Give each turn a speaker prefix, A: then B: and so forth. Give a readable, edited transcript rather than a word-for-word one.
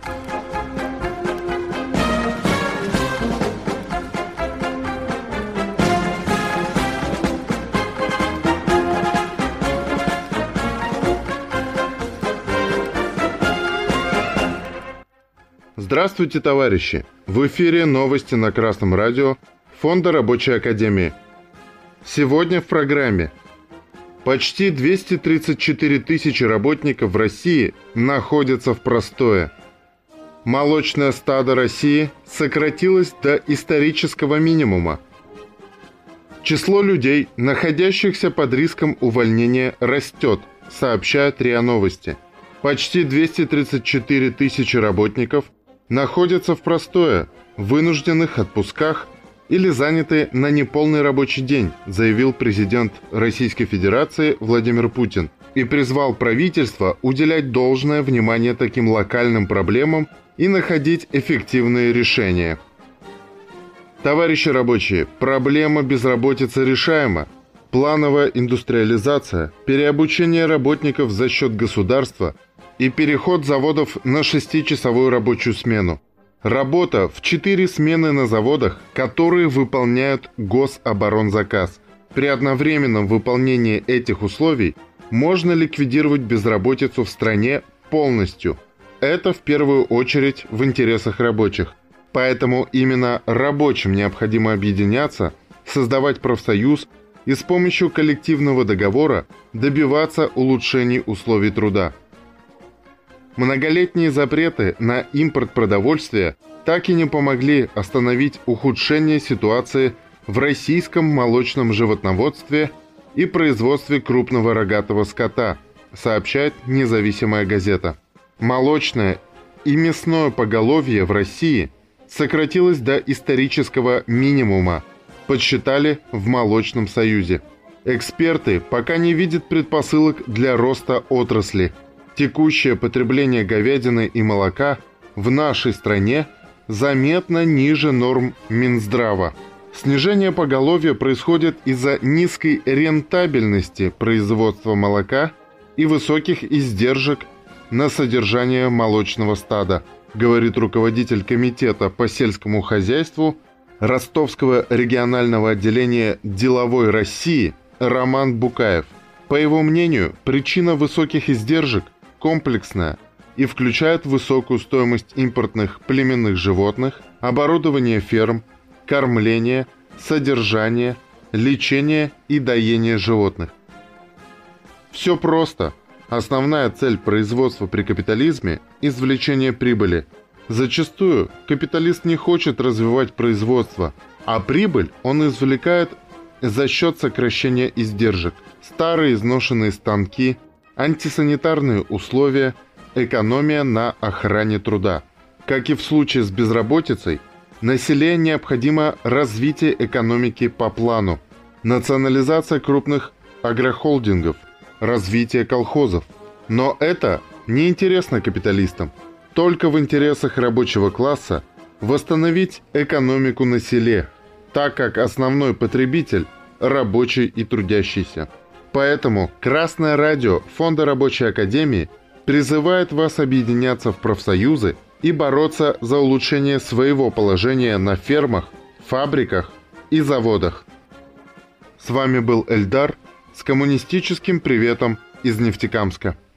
A: Здравствуйте, товарищи! В эфире новости на Красном радио Фонда Рабочей Академии. Сегодня в программе. Почти 234 тысячи работников в России находятся в простое. Молочное стадо России сократилось до исторического минимума. Число людей, находящихся под риском увольнения, растет, сообщают РИА Новости. Почти 234 тысячи работников находятся в простое, вынужденных отпусках или заняты на неполный рабочий день, заявил президент Российской Федерации Владимир Путин и призвал правительство уделять должное внимание таким локальным проблемам и находить эффективные решения. Товарищи рабочие, проблема безработицы решаема. Плановая индустриализация, переобучение работников за счет государства и переход заводов на 6-часовую рабочую смену. Работа в 4 смены на заводах, которые выполняют гособоронзаказ. При одновременном выполнении этих условий можно ликвидировать безработицу в стране полностью. Это в первую очередь в интересах рабочих. Поэтому именно рабочим необходимо объединяться, создавать профсоюз и с помощью коллективного договора добиваться улучшений условий труда. Многолетние запреты на импорт продовольствия так и не помогли остановить ухудшение ситуации в российском молочном животноводстве и производстве крупного рогатого скота, сообщает независимая газета. Молочное и мясное поголовье в России сократилось до исторического минимума, подсчитали в Молочном союзе. Эксперты пока не видят предпосылок для роста отрасли. Текущее потребление говядины и молока в нашей стране заметно ниже норм Минздрава. Снижение поголовья происходит из-за низкой рентабельности производства молока и высоких издержек на содержание молочного стада, говорит руководитель комитета по сельскому хозяйству Ростовского регионального отделения «Деловой России» Роман Букаев. По его мнению, причина высоких издержек комплексная и включает высокую стоимость импортных племенных животных, оборудование ферм, кормление, содержание, лечение и доение животных. Все просто. Основная цель производства при капитализме – извлечение прибыли. Зачастую капиталист не хочет развивать производство, а прибыль он извлекает за счет сокращения издержек. Старые изношенные станки, антисанитарные условия, экономия на охране труда. Как и в случае с безработицей, населению необходимо развитие экономики по плану, национализация крупных агрохолдингов, развитие колхозов. Но это не интересно капиталистам. Только в интересах рабочего класса восстановить экономику на селе, так как основной потребитель – рабочий и трудящийся. Поэтому Красное радио Фонда Рабочей Академии призывает вас объединяться в профсоюзы и бороться за улучшение своего положения на фермах, фабриках и заводах. С вами был Эльдар с коммунистическим приветом из Нефтекамска.